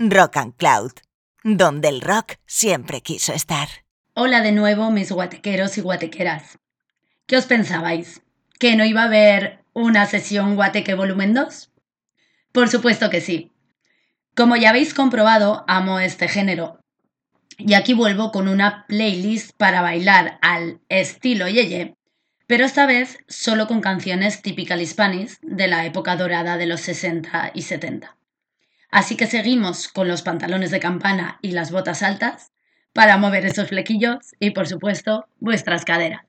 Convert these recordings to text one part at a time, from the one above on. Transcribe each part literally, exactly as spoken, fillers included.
Rock and Cloud, donde el rock siempre quiso estar. Hola de nuevo, mis guatequeros y guatequeras. ¿Qué os pensabais? ¿Que no iba a haber una sesión Guateque volumen dos? Por supuesto que sí. Como ya habéis comprobado, amo este género. Y aquí vuelvo con una playlist para bailar al estilo yeye, pero esta vez solo con canciones typical Spanish de la época dorada de los sesenta y setenta. Así que seguimos con los pantalones de campana y las botas altas para mover esos flequillos y, por supuesto, vuestras caderas.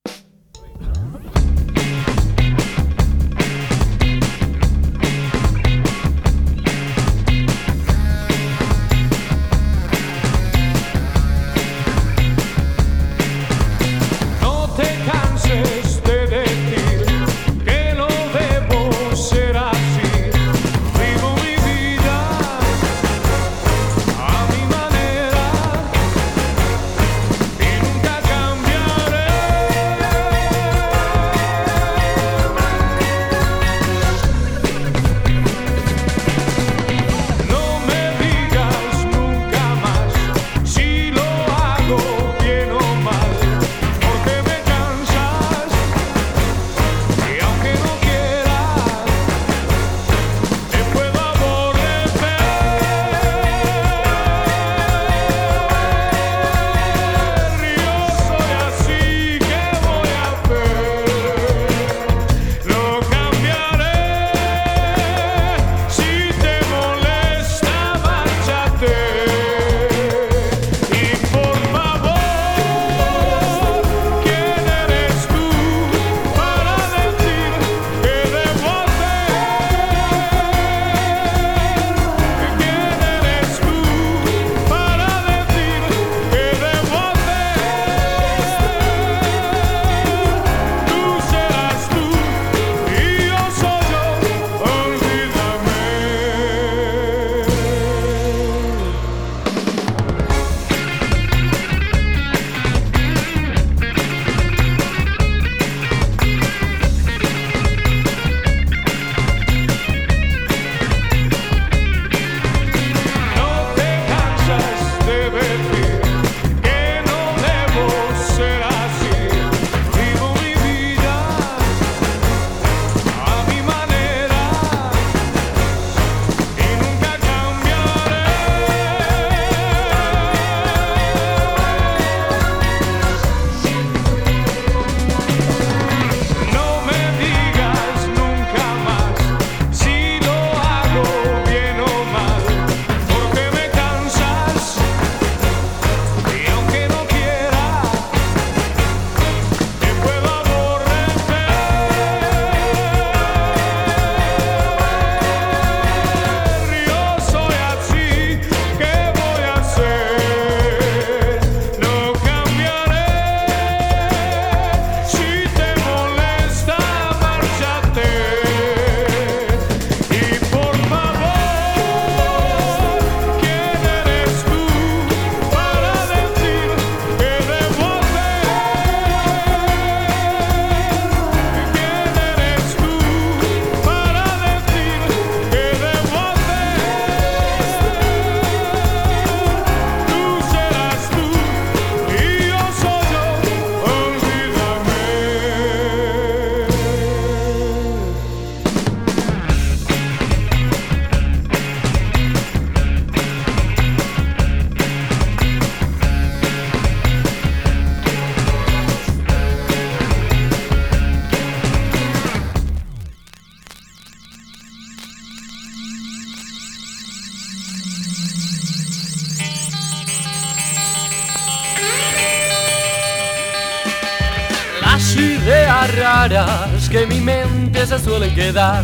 Raras que en mi mente se suelen quedar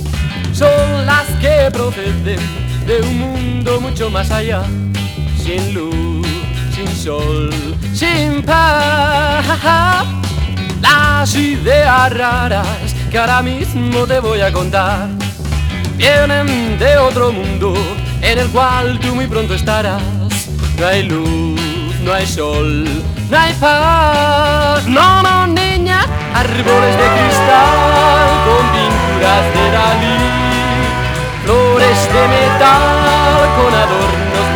son las que proceden de un mundo mucho más allá, sin luz, sin sol, sin paz. Las ideas raras que ahora mismo te voy a contar vienen de otro mundo en el cual tú muy pronto estarás. No hay luz, no hay sol, no hay paz. No, no, niña. Árboles de cristal con pinturas de Dalí, flores de metal con adornos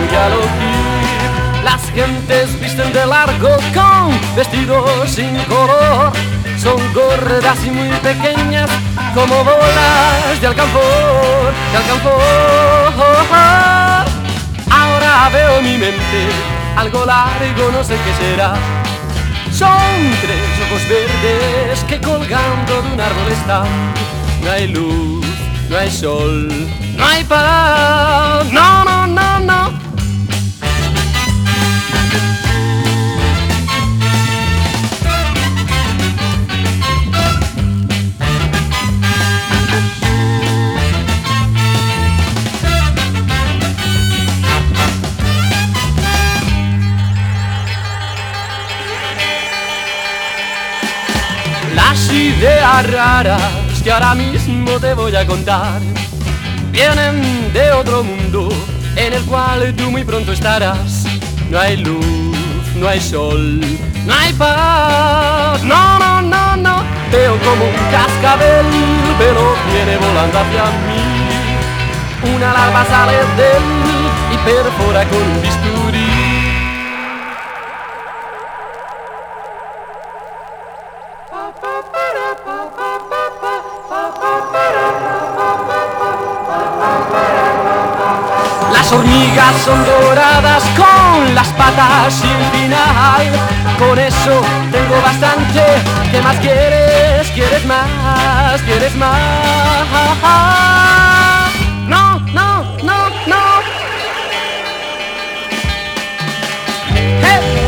vestidos sin color. Son gordas y muy pequeñas, como bolas de alcanfor, de alcanfor. Ahora veo mi mente, algo largo, no sé qué será. Son tres ojos verdes que colgando de un árbol están. No hay luz, no hay sol, no hay paz, no, no, no, no. Las ideas raras que ahora mismo te voy a contar vienen de otro mundo en el cual tú muy pronto estarás. No hay luz, no hay sol, no hay paz, no, no, no, no. Veo como un cascabel veloz viene volando hacia mí. Una larva sale de él y perfora con un bisturí. Las hormigas son doradas con las patas sin final. Con eso tengo bastante. ¿Qué más quieres? ¿Quieres más? ¿Quieres más? No, no, no, no. Hey.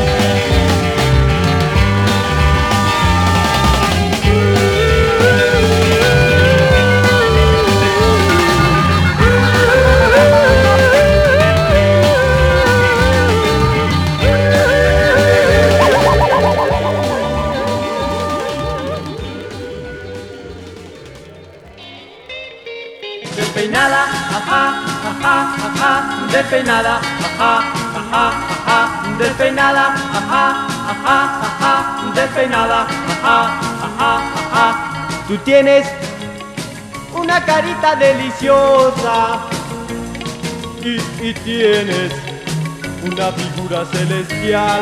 Despeinada, ajá, ajá, ajá, despeinada, ajá, ajá, ajá, despeinada, ajá, ajá, ajá, despeinada, ajá, ajá, ajá. Tú tienes una carita deliciosa y, y tienes una figura celestial.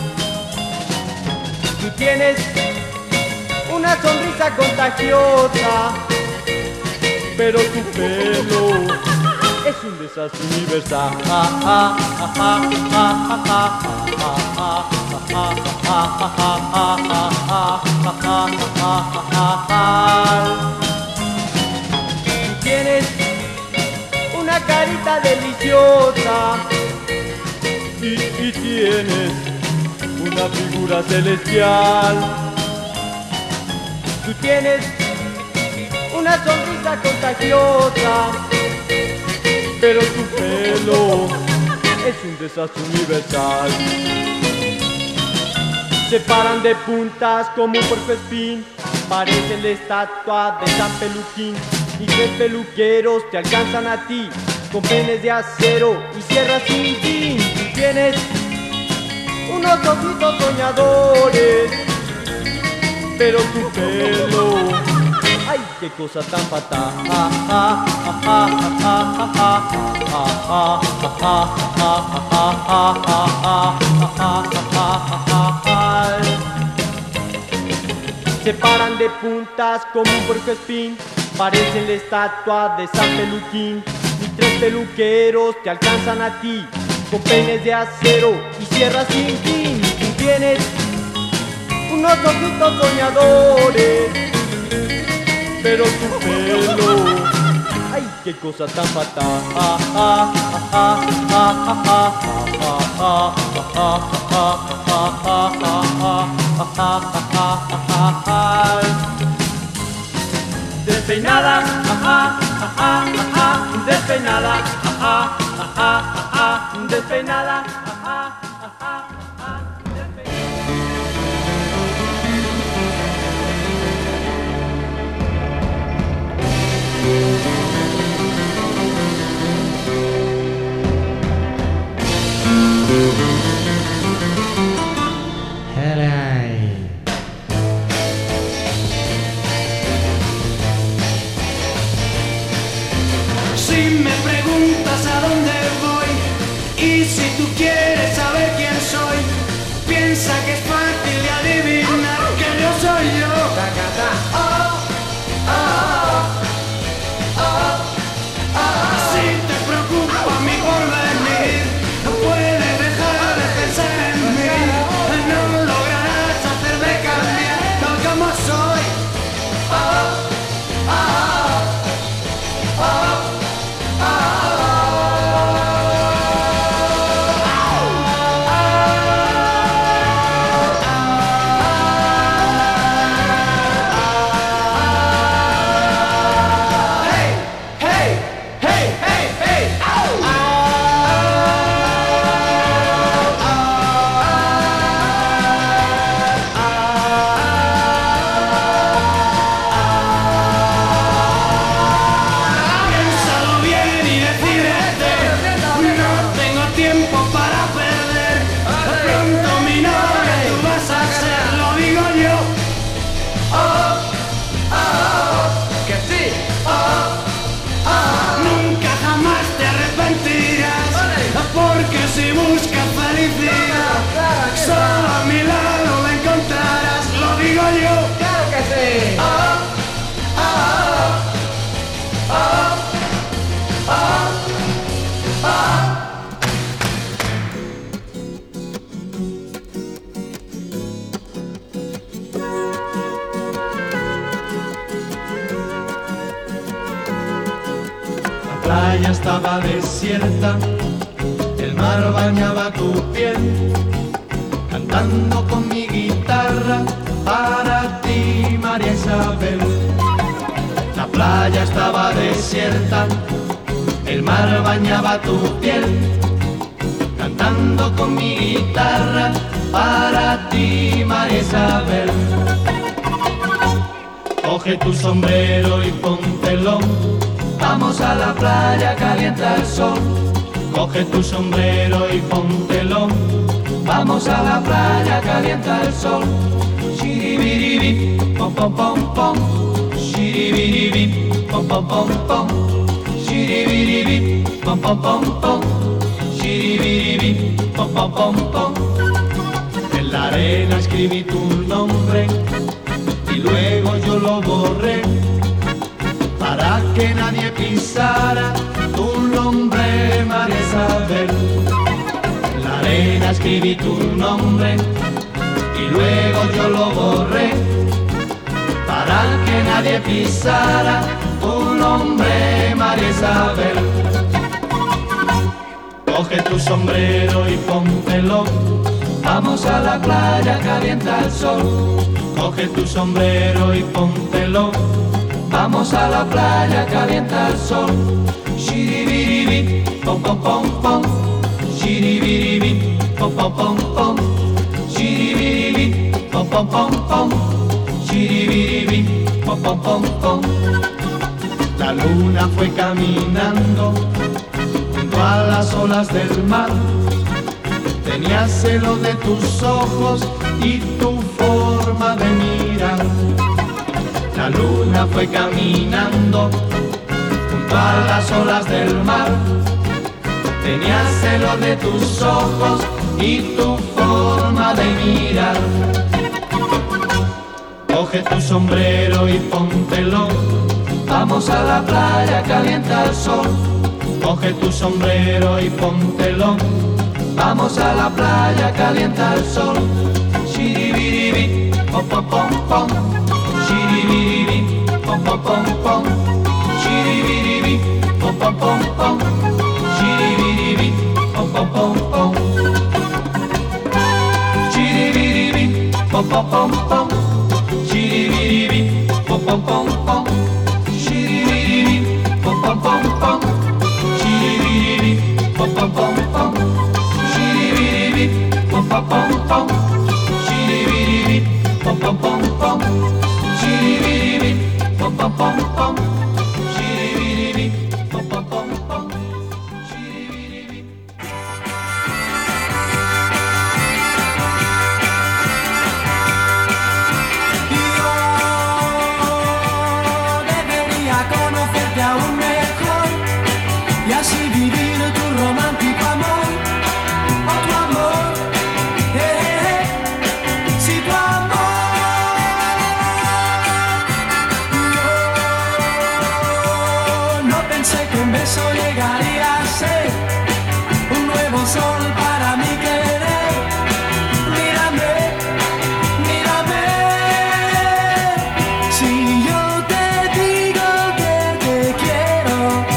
Tú tienes una sonrisa contagiosa, pero tu pelo es un desastre universal. Tú tienes una carita deliciosa y, y tienes una figura celestial. Tú tienes una sonrisa contagiosa, pero tu pelo es un desastre universal. Se paran de puntas como un puercoespín, parecen la estatua de San Peluquín. Y tres peluqueros te alcanzan a ti con peines de acero y sierras sin fin. Tú tienes unos ojitos soñadores, pero tu pelo, ay, qué cosa tan fatal. Se paran de puntas como un puercoespín, parecen la estatua de San Peluquín. Y tres peluqueros te alcanzan a ti con peines de acero y sierras sin fin. Tú tienes unos ojitos soñadores, pero tu pelo, ay, qué cosa tan fatal. Despeinada, ajá, ajá, ajá, despeinada, ajá, ajá, ajá, despeinada, ajá, ajá, ajá, Si me preguntas a dónde voy y si tú quieres saber quién soy, piensa que es fácil y mentira. Solo a mi lado la encontrarás, lo digo yo. ¡Claro que sí! Ah, ah, ah, ah, ah, ah. La playa estaba desierta, el mar bañaba tu piel, cantando con mi guitarra para ti, María Isabel. La playa estaba desierta, el mar bañaba tu piel, cantando con mi guitarra para ti, María Isabel. Coge tu sombrero y póntelo, vamos a la playa, calienta el sol. Coge tu sombrero y póntelo, vamos a la playa, calienta el sol. Shiribiribi, pom pom pom pom. Shiribiribi, pom pom pom pom. Shiribiribi, pom pom pom pom. Shiribiribi, pom pom pom pom. En la arena escribí tu nombre y luego yo lo borré para que nadie pisara tu nombre, María Isabel. En la arena escribí tu nombre y luego yo lo borré para que nadie pisara tu nombre, María Isabel. Coge tu sombrero y póntelo, vamos a la playa, calienta el sol. Coge tu sombrero y póntelo, vamos a la playa, calienta el sol. Shiribiribi, pom pom pom pom. Shiribiribi, pom pom pom pom. Shiribiribi, pom pom pom pom. Shiribiribi, pom pom pom pom. La luna fue caminando junto a las olas del mar. Tenía celo de tus ojos y tu forma de mirar. La luna fue caminando junto a las olas del mar. Tenía celo de tus ojos y tu forma de mirar. Coge tu sombrero y póntelo, vamos a la playa, calienta el sol. Coge tu sombrero y póntelo, vamos a la playa, calienta el sol. Shiribiribi, pom pom pom pom. Shiribiribi, pom pom pom pom. Shiribiribi, pom pom pom pom. Shiribiribi, pom pom pom pom. Shiribiribi, pom pom pom pom. Shiribiribi, pom pom pom pom. Shiribiribi, pom pom pom pom. Shiribiribi, pom pom pom pom. Shiribiribi, pom pom pom pom. Shiribiribi, pom pom pom pom. Shiribiribi, pom pom pom pom. Shiribiribi, pom pom pom pom. Shiribiribi. Yo debería conocerte aún mejor y así vivir tu romántico amor, o tu amor, eh, eh, eh, si tu amor. Yo no pensé que un beso llegaría a ser un nuevo sol para mi querer. Mírame, mírame, si yo te digo que te quiero,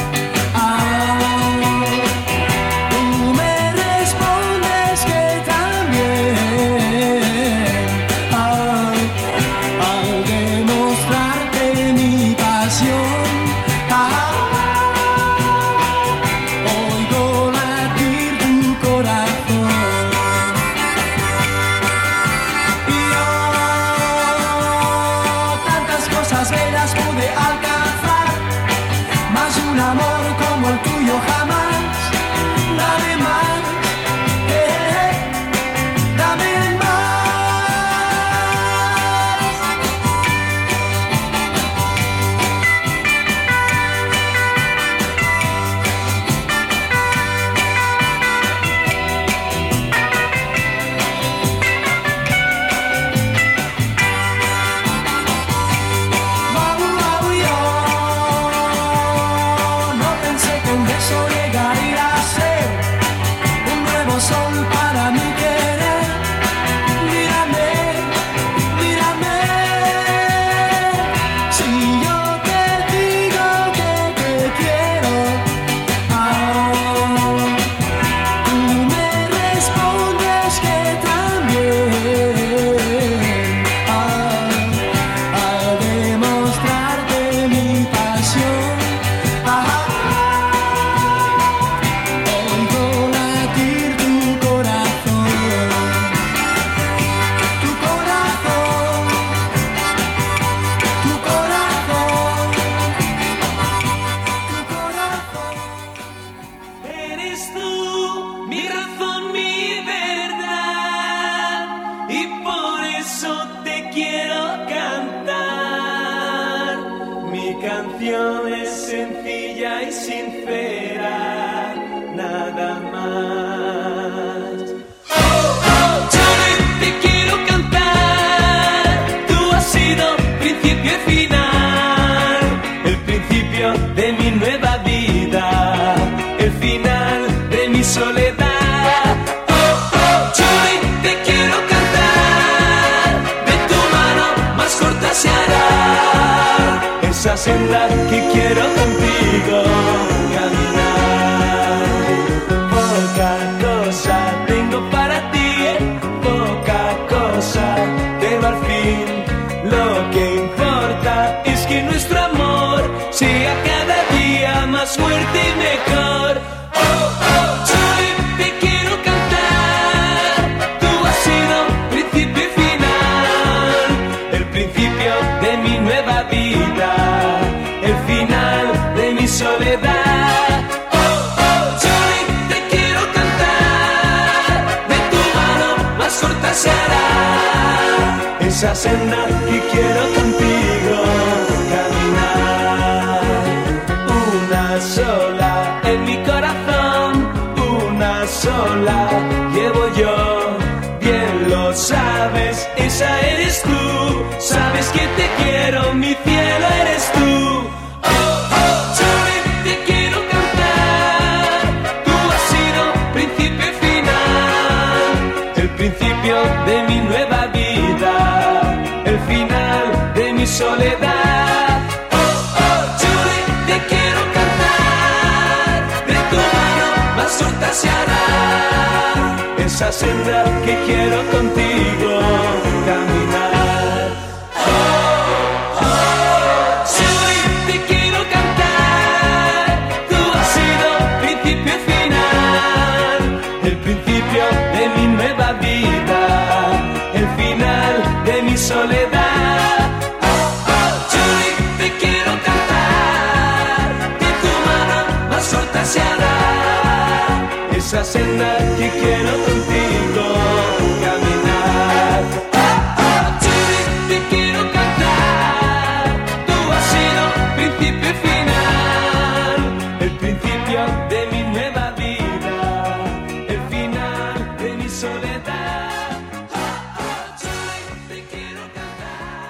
ay, tú me respondes que también, ay, al demostrarte mi pasión, ay, oigo latir tu corazón. como sol para mi querer. Mírame, mírame. Si yo te digo que te quiero, ah, tú me respondes que también. Ah, al demostrarte mi pasión, ah, oigo latir tu corazón, tu corazón, tu corazón, tu corazón. Eres tú mi razón, mi verdad, y por eso te quiero cantar. Mi canción es sencilla y sincera, nada más. Oh, oh, yo te quiero cantar. Tú has sido principio y final, el principio de mi nueva vida, el final de mi soledad. Oh, oh, Julie, te quiero cantar. De tu mano más corta se hará esa senda que quiero contigo caminar. Poca cosa tengo para ti, poca cosa, pero al fin lo que importa es que nuestro amor sea cada día más fuerte y mejor. Oh, oh, Julie, te quiero cantar. Tú has sido principio y final, el principio de mi nueva vida, el final de mi soledad. Oh, oh, Julie, te quiero cantar. De tu mano más corta se hará esa senda que quiero contigo caminar. Una sola en mi corazón, una sola llevo yo. Bien lo sabes, esa eres tú. Sabes que te quiero, mi cielo eres tú. Oh, oh, Julie, te quiero cantar. Tú has sido principio y final, el principio de mi nueva vida, el final de mi soledad. Oh, oh, Julie, te quiero cantar. De tu mano más corta se hará esa senda que quiero contigo caminar. Oh, oh, Julie, te quiero cantar. Tú has sido principio y final, el principio de mi nueva vida, el final de mi soledad. Oh, oh, Julie, te quiero cantar. De tu mano más corta se hará esa senda que quiero contigo caminar. Oh, oh, Julie, te quiero cantar. Tú has sido principio y final, el principio de mi nueva vida, el final de mi soledad. Oh, oh, Julie, te quiero cantar.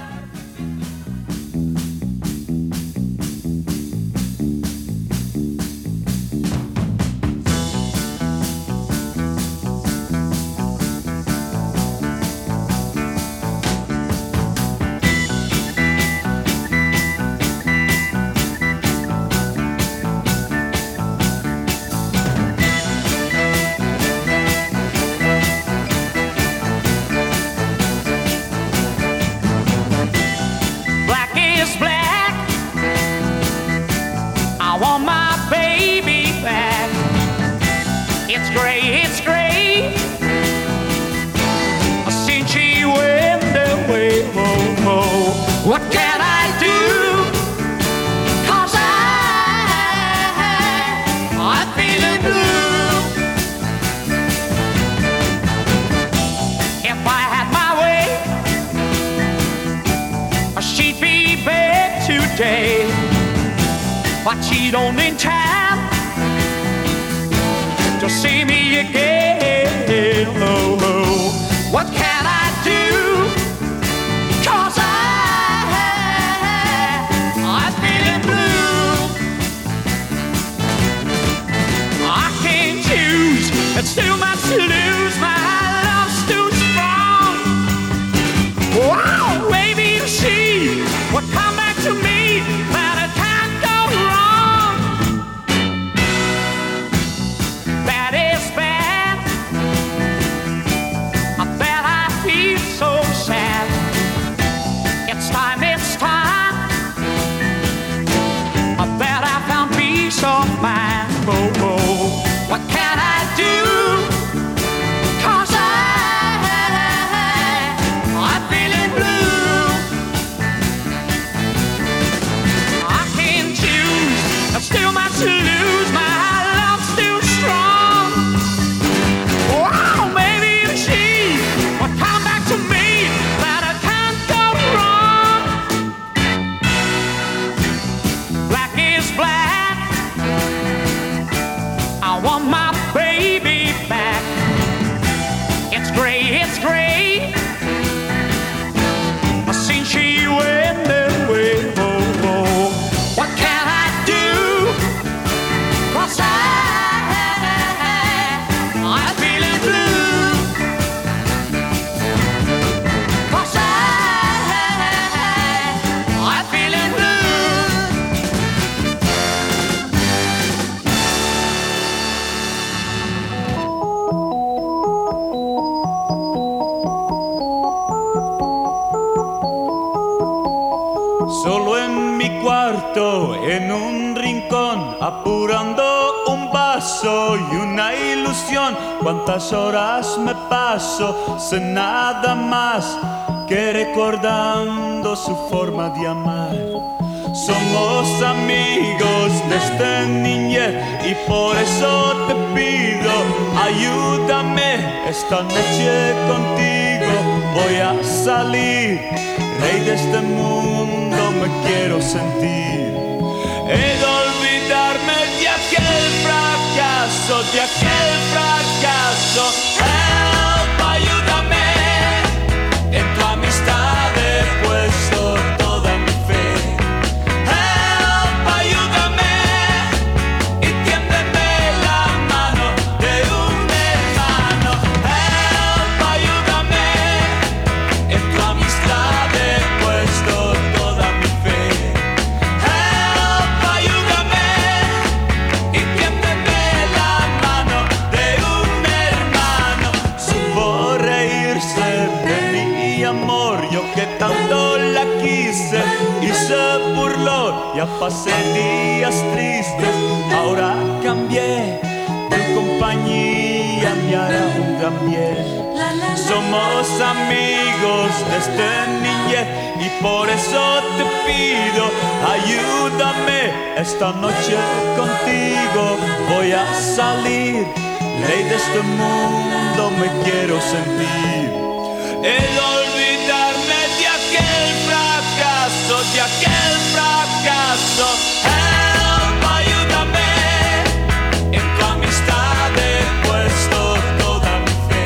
Black is black. I want my baby back. It's gray, it's gray. Since she went away, oh, oh. What can I do? 'Cause I, I'm feeling blue. If I had my way, she'd be back today, but she don't in time to see me again. Oh, oh. What can I do? 'Cause I, I'm feeling blue. I can't choose. It's still I'm feeling blue. 'Cause I, I'm feeling blue. Solo en mi cuarto, en un rincón, apurando un vaso y una ilusión. Cuántas horas me paso, sé nada más que recordando su forma de amar. Somos amigos desde niñez y por eso te pido, ayúdame esta noche contigo. Voy a salir, rey de este mundo me quiero sentir. He de olvidarme de aquel fracaso, de aquel fracaso. Help, ayúdame, en tu amistad he puesto toda mi fe. Help, ayúdame y tiéndeme la mano de un hermano. Help, ayúdame, en tu amistad he puesto toda mi fe. Help, ayúdame y tiéndeme la mano de un hermano. Supo reírse de mi amor, yo que tanto la quise, y se burló. Ya pasé días tristes, ahora cambié, tu compañía me hará un gran bien. Somos amigos desde niñez y por eso te pido, ayúdame esta noche contigo. Voy a salir, rey de este mundo me quiero sentir. He de olvidarme de aquel fracaso, de aquel fracaso. Help, ayúdame, en tu amistad he puesto toda mi fe.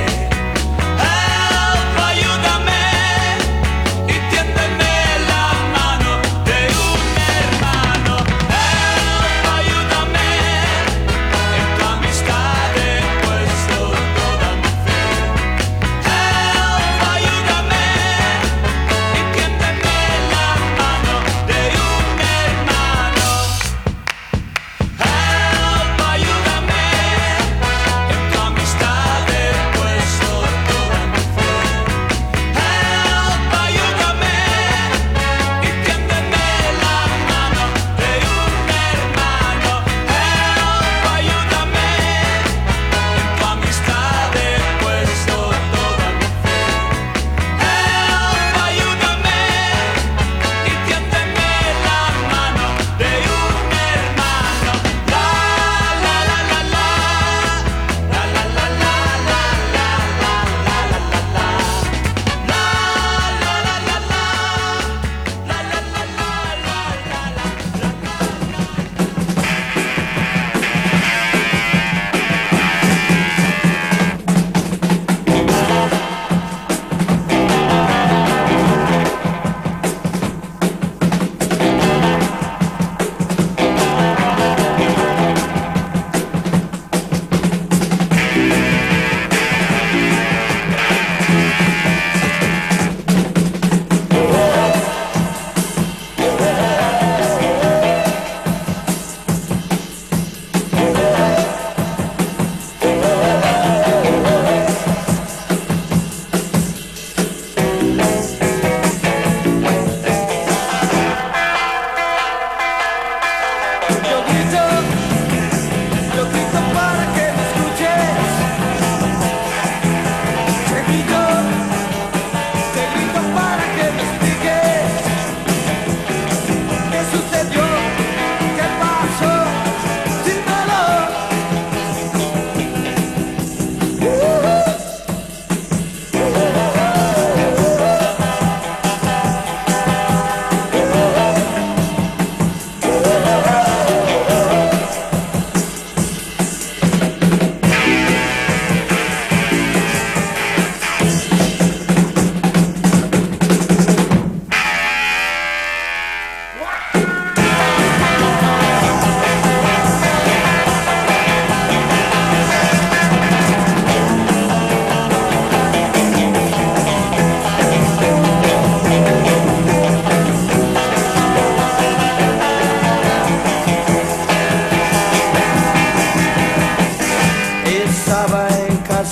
Help, ayúdame y tiéndeme la mano de un hermano. Help, ayúdame, en tu amistad he puesto toda mi fe. Help, ayúdame y tiéndeme la mano de un hermano.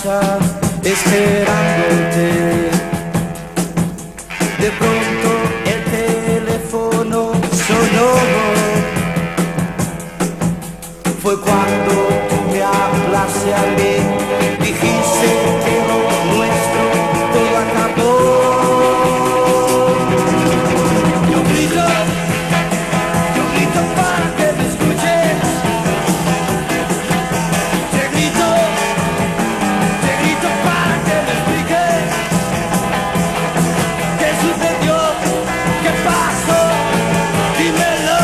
casa esperándote. De pronto el teléfono sonó. Fue cuando tú me hablaste a mí, dijiste que lo nuestro todo acabó. Yo grito, yo grito para que me escuches. Te grito, te grito para que me expliques. ¿Qué sucedió? ¿Qué pasó? Dímelo.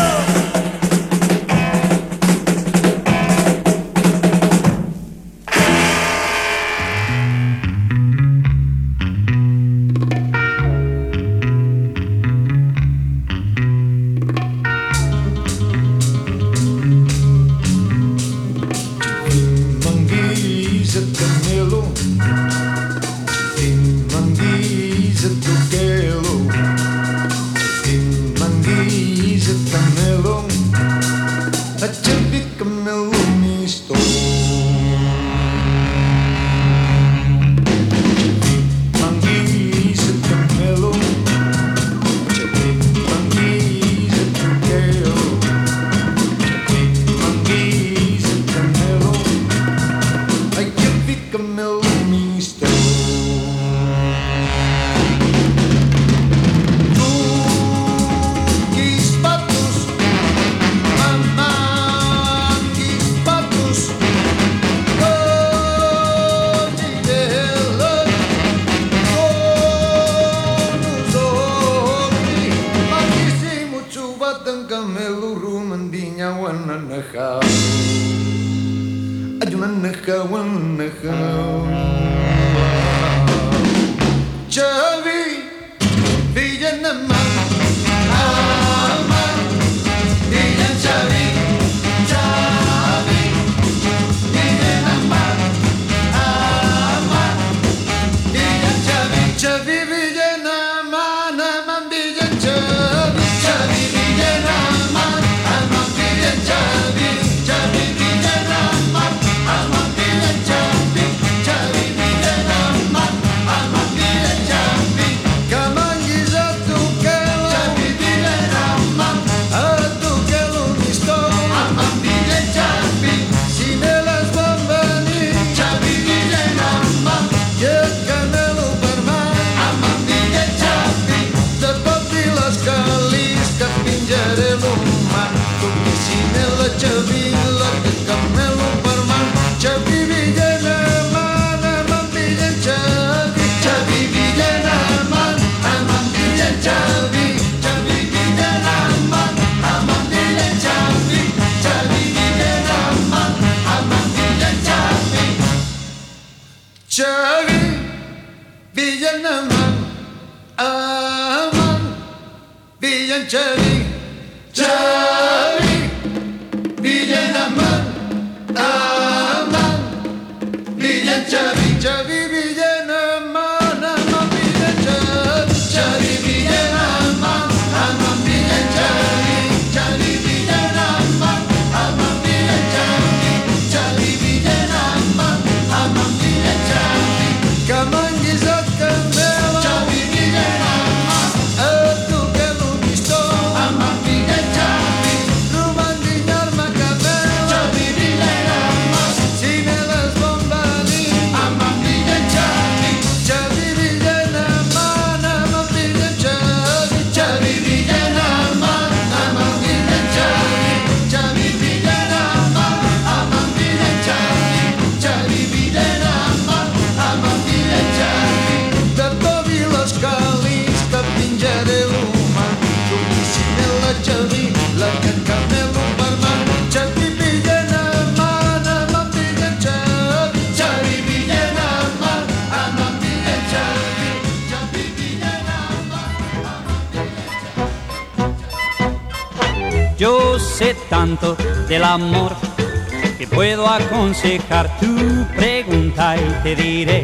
Yo sé tanto del amor que puedo aconsejar tu pregunta y te diré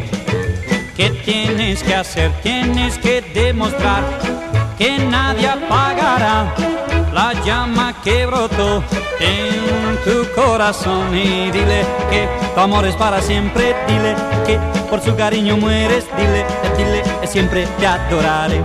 que tienes que hacer, tienes que demostrar que nadie apagará la llama que brotó en tu corazón y dile que tu amor es para siempre, dile que por su cariño mueres, dile, dile, siempre te adoraré.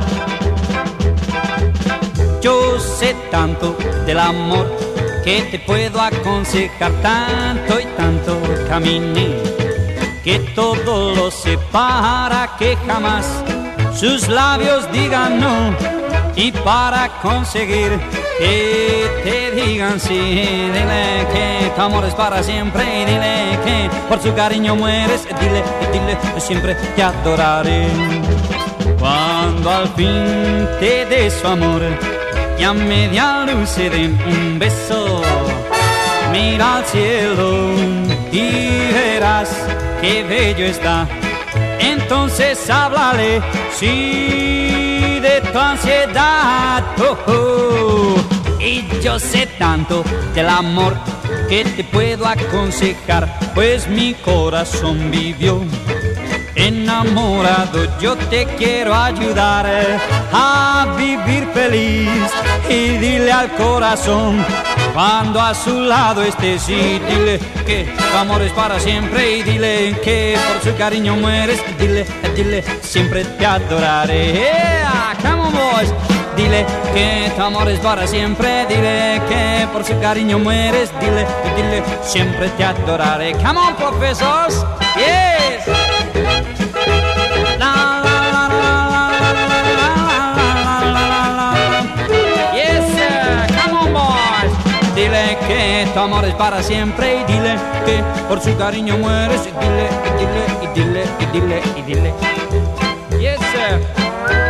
Yo sé tanto del amor que te puedo aconsejar, tanto y tanto caminé, que todo lo sé para que jamás sus labios digan no, y para conseguir que te digan sí, dile que tu amor es para siempre y dile que por su cariño mueres, dile, dile, siempre te adoraré. Cuando al fin te dé su amor y a media luz se den un beso, mira al cielo y verás qué bello está. Entonces háblale, sí, de tu ansiedad, oh, oh. Y yo sé tanto del amor que te puedo aconsejar, pues mi corazón vivió enamorado. Yo te quiero ayudar a vivir feliz y dile al corazón cuando a su lado estés, y dile que tu amor es para siempre y dile que por su cariño mueres, dile, dile, siempre te adoraré. Yeah, come on boys. Dile que tu amor es para siempre, dile que por su cariño mueres, dile, dile, siempre te adoraré. Come on, professors. Yes. La, la, la, la, la, la, la. Yes, sir. Come on, boys. Dile que tu amor es para siempre y dile que por su cariño mueres, y dile, y dile, y dile, y dile, y dile. Yes, sir.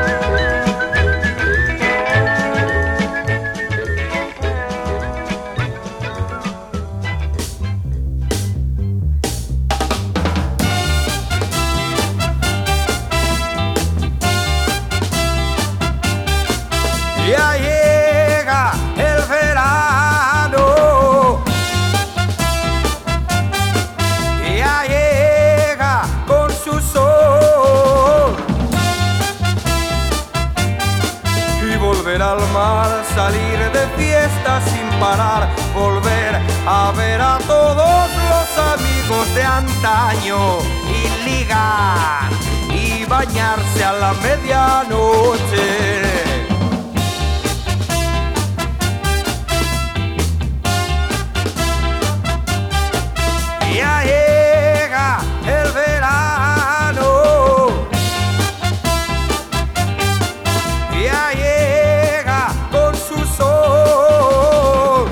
Ya llega el verano, ya llega con su sol, y volver al mar, salir de fiesta sin parar, volver a ver a todos los amigos de antaño y ligar y bañarse a la medianoche. Ya llega el verano, ya llega con su sol,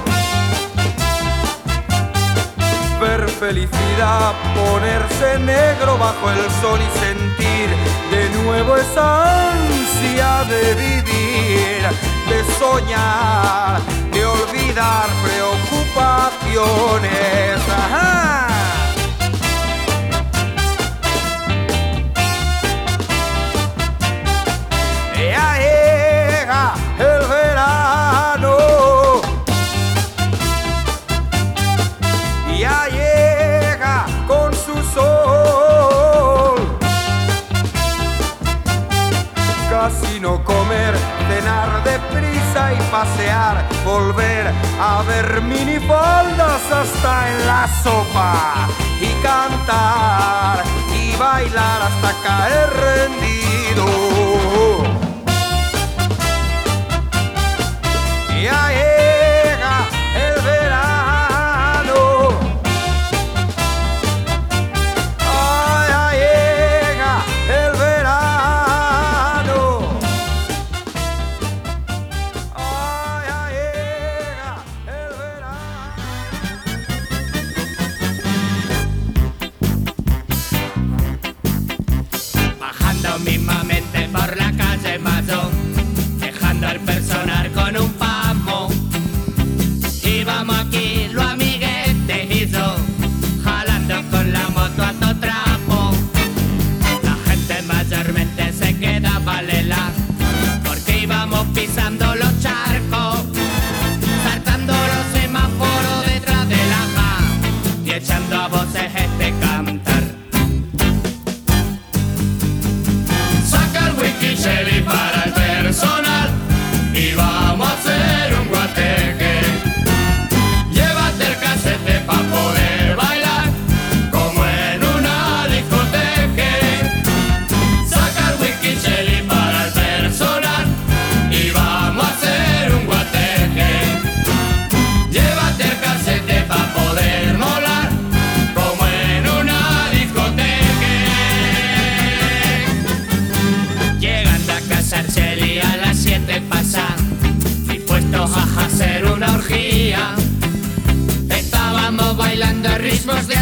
ver felicidad, ponerse negro bajo el sol y sentir de nuevo esa ansia de vivir, de soñar, de olvidar preocupaciones. ¡Ajá! Ya llega el verano, ya llega con su sol, casi no comer, cenar deprisa y pasear, volver a ver minifaldas hasta en la sopa y cantar y bailar hasta caer rendido. Ya llega el verano, ah, ya llega el verano, ah, ya llega el verano.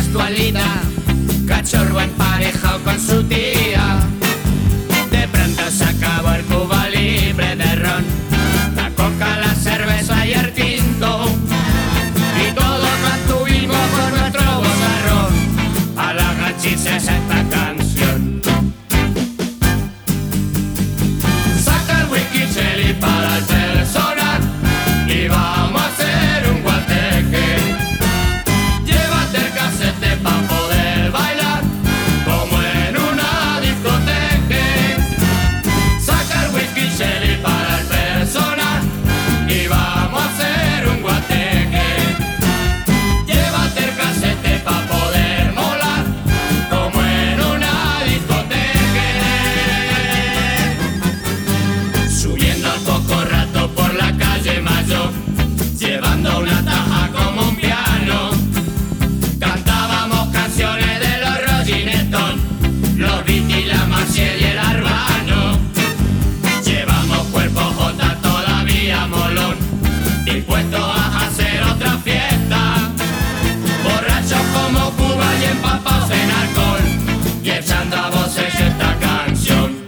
sexualidad, cachorro emparejado con su tía. De pronto se acabó el Cuba libre de ron, la coca, la cerveza y el tinto, y todos mantuvimos por nuestro bozarrón a la gachices esta canción. Saca el whisky cheli para el personal y vamos a hacer un guateque. Llévate el casete pa' poder bailar como en una discoteca. Saca el whisky cheli para el personal y vamos a hacer un guateque. Llévate el casete pa' poder molar como en una discoteca. Subiendo al poco rato por la calle Mayor, llevando una taja como un piano, cantábamos canciones de los Rolling Stones, los Beatles, la Maciel y el Arbano. Llevamos cuerpo J todavía molón, dispuestos a hacer otra fiesta, borrachos como Cuba y empapados en alcohol, y echando a voces esta canción.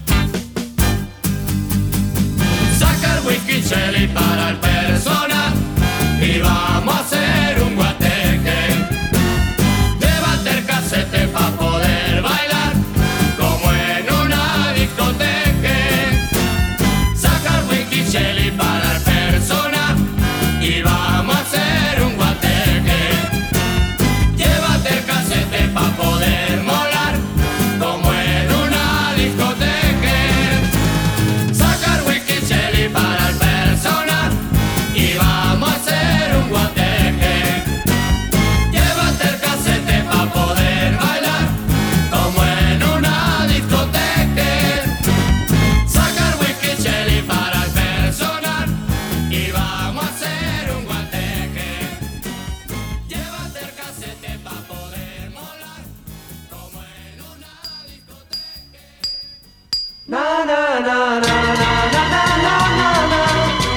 Saca el whisky cheli para el personal y vamos a hacer un guateque. Llévate el casete pa' poder bailar como en una discoteca. Saca el whisky cheli para el personal y vamos a hacer un guateque. Llévate el casete pa' poder molar como en una discoteca. Saca el whisky cheli para el personal y vamos a hacer un guateque. Llévate el casete pa' poder bailar como en una discoteca. Saca el whisky cheli para el personal y vamos a hacer un guateque. Llévate el casete pa' poder molar como en una discoteca. Na na na na na na na na na.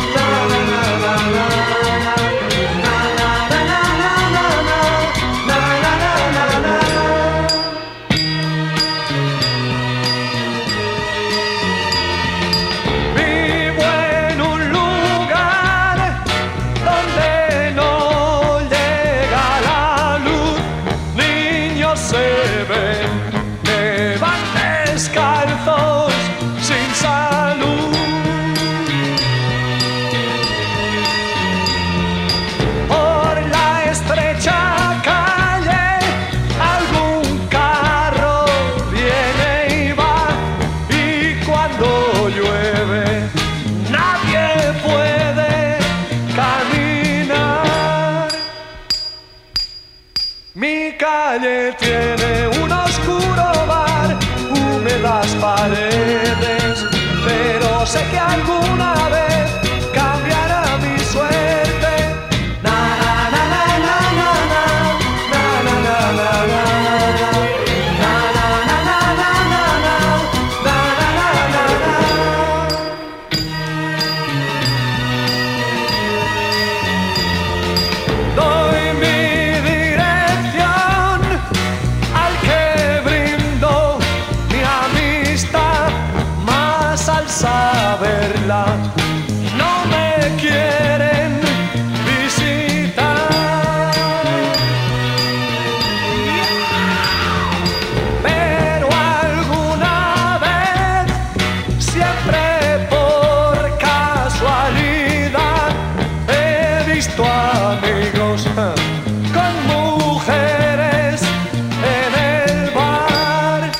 Vivo en un lugar donde no llega la luz, niños se ven que van descalzos sin salud. Por la estrecha calle algún carro viene y va, y cuando llueve nadie puede caminar. Mi calle tiene un oscuro bar, húmedas paredes, pero sé que alguna vez cambiará mi suerte. Na na na na na na na na na na na na na na na na Doy mi dirección al que brindo mi amistad, más al saberla no me quieren visitar. Pero alguna vez, siempre por casualidad, he visto amigos con mujeres en el bar.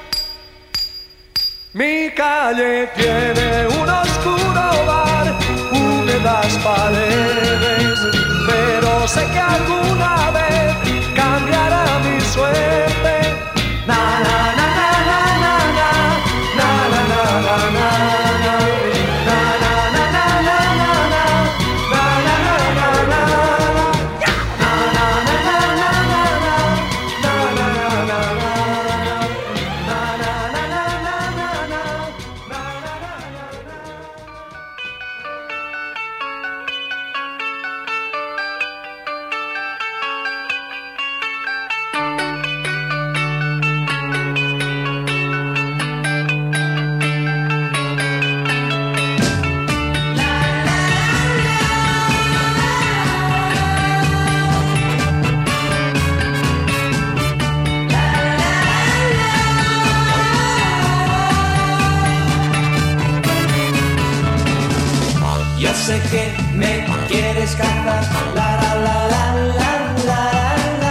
Mi calle tiene un oscuro bar, húmedas paredes, pero sé que alguna vez cambiará mi suerte. Na na na na na na na na na na na na na. Na na na na na na na na na na na na. Na na na na na na na na na na na. que me quieres cantar, la la la la la la la,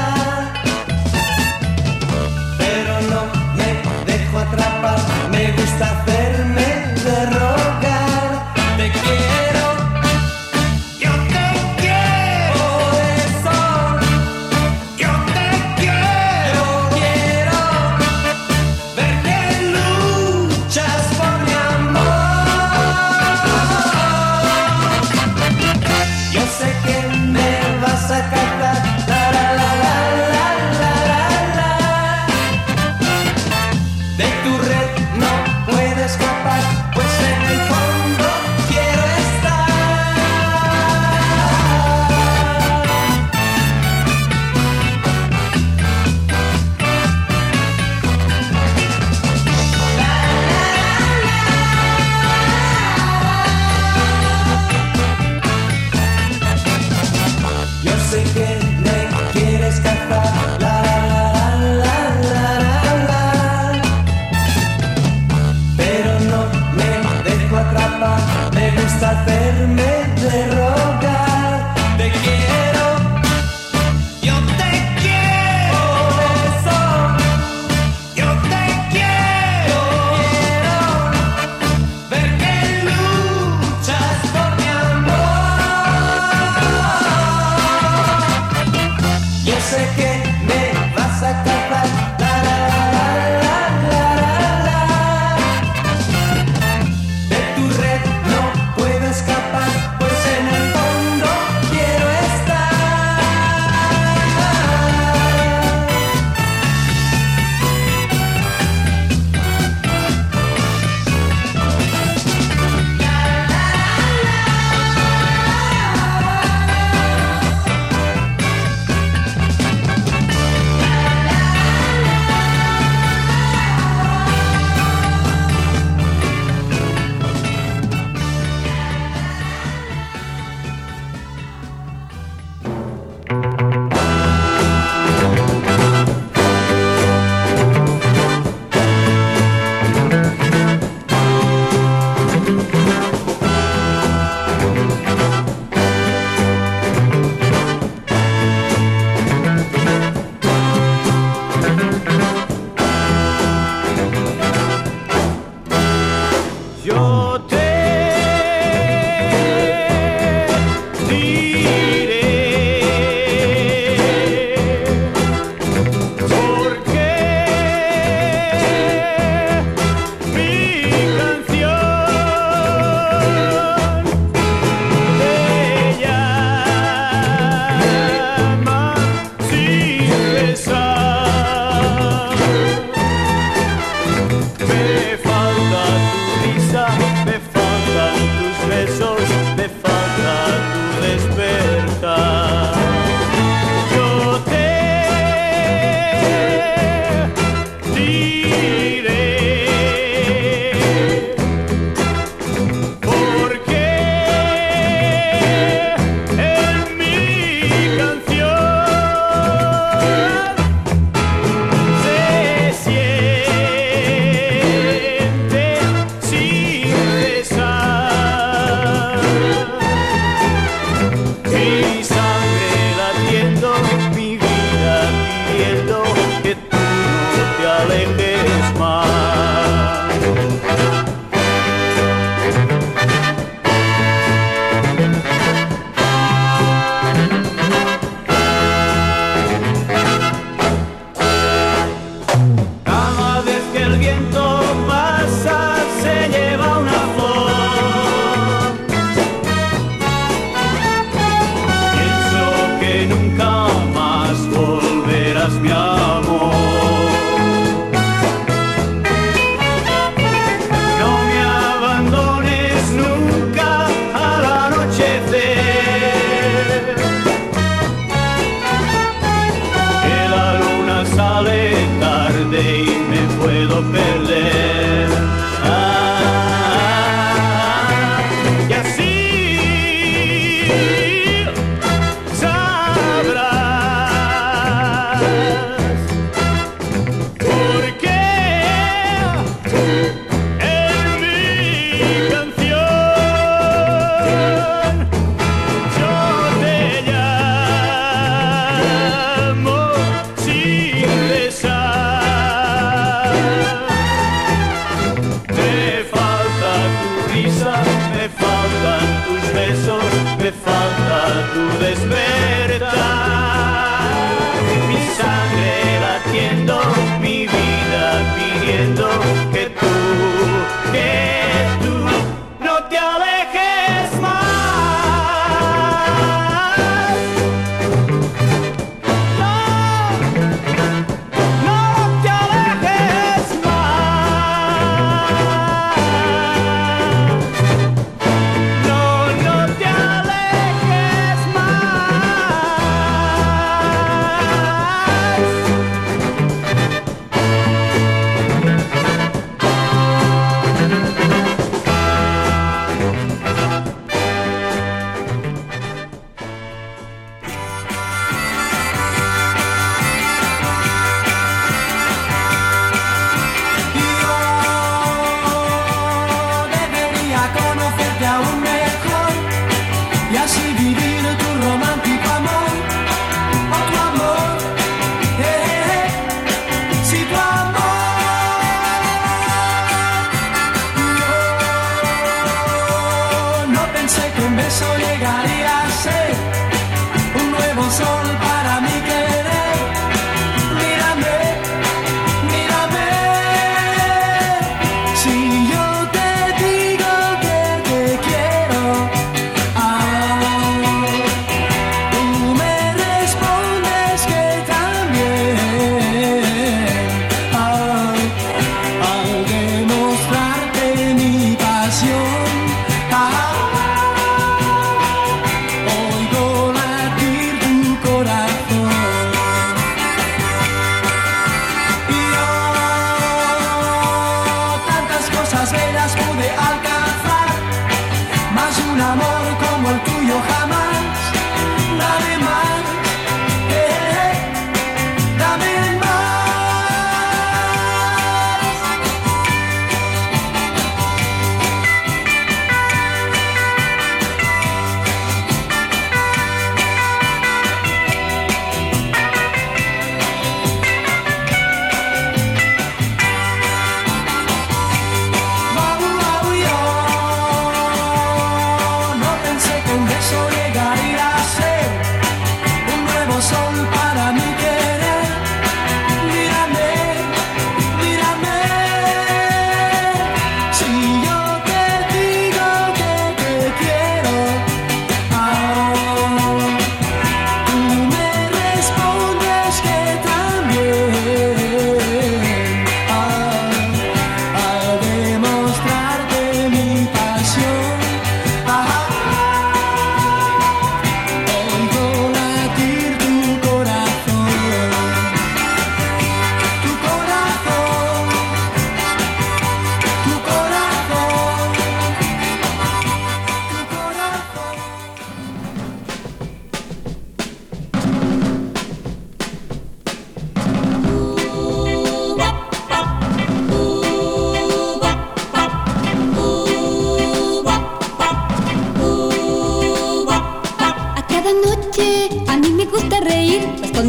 pero no me dejo atrapar, me gusta hacerme de rogar. Te quiero, yo te quiero, por eso yo te quiero, quiero ver que luchas por mi amor. Yo sé que me vas a cantar, la la la la la la la la. De tu red no puedo escapar, pues en el fondo quiero estar. Yo sé que me quieres cantar, la la la la la la, pero no me dejo atrapar, me gusta hacerme de rogar. Te quiero, yo te quiero, por eso yo te quiero, quiero ver que luchas por mi amor. Yo sé que me vas a cantar, la la la la la la la. De tu red no puedo escapar, pues en el fondo quiero estar. Yo te diré porque mi canción te llama sin besar. Me falta tu risa, me faltan tus besos, me falta tu despertar. Yo te diré porque en mi canción se siente sin cesar. Mi sangre latiendo, mi vida pidiendo que tú no te alejes más. Cada vez que el viento pasa se lleva una flor. Pienso que nunca más volverás, mi amor. No me abandones nunca al anochecer, que la luna sale tarde y me puedo perder. Ah, y así sabrás por qué en mi canción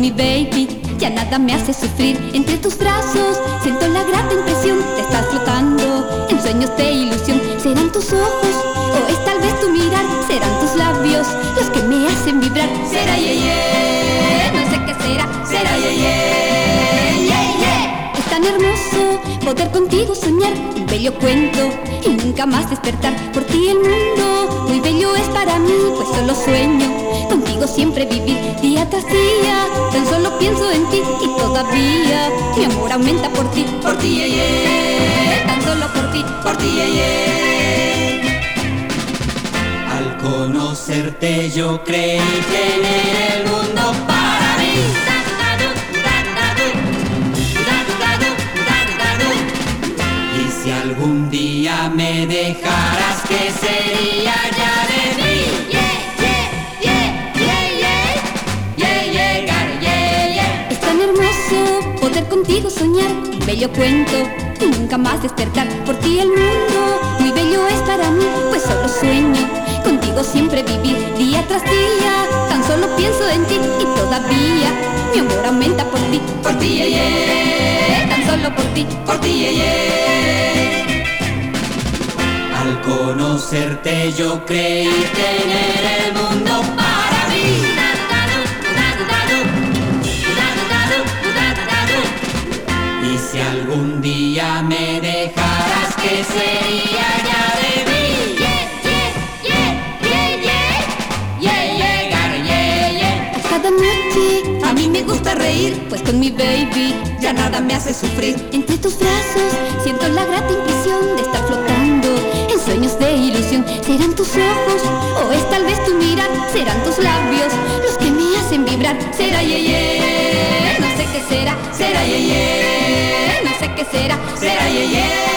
mi baby, ya nada me hace sufrir. Entre tus brazos siento la grata impresión de estar flotando en sueños de ilusión. Serán tus ojos o es tal vez tu mirar, serán tus labios los que me hacen vibrar. Será ye ye, no sé qué será, será ye ye, ye ye. Es tan hermoso poder contigo soñar un bello cuento y nunca más despertar. Por ti el mundo muy bello es para mí, pues solo sueño contigo siempre vivir. Día tras día tan solo pienso en ti y todavía mi amor aumenta por ti. Por ti, ye, ye, tan solo por ti, por ti, ye, ye. Al conocerte yo creí tener el mundo para mí. Y si algún día me dejaras, ¿qué sería ya de mí? Es tan hermoso poder contigo soñar un bello cuento y nunca más despertar. Por ti el mundo muy bello es para mí, pues solo sueño contigo siempre vivir. Día tras día tan solo pienso en ti y todavía mi amor aumenta por ti. Por ti, ye, ye, tan solo por ti, por ti, ye, ye. Al conocerte yo creí tener el mundo para mí. Y si algún día me dejaras, ¿qué sería ya de mí? Cada noche a mí me gusta reír, pues con mi baby ya nada me hace sufrir. Entre tus brazos siento la grata impresión de estar flotando en sueños de ilusión. Serán tus ojos o es tal vez tu mirar, serán tus labios los que me hacen vibrar. Será ye, ye, no sé qué será, será ye, ye, no sé qué será, será ye, ye.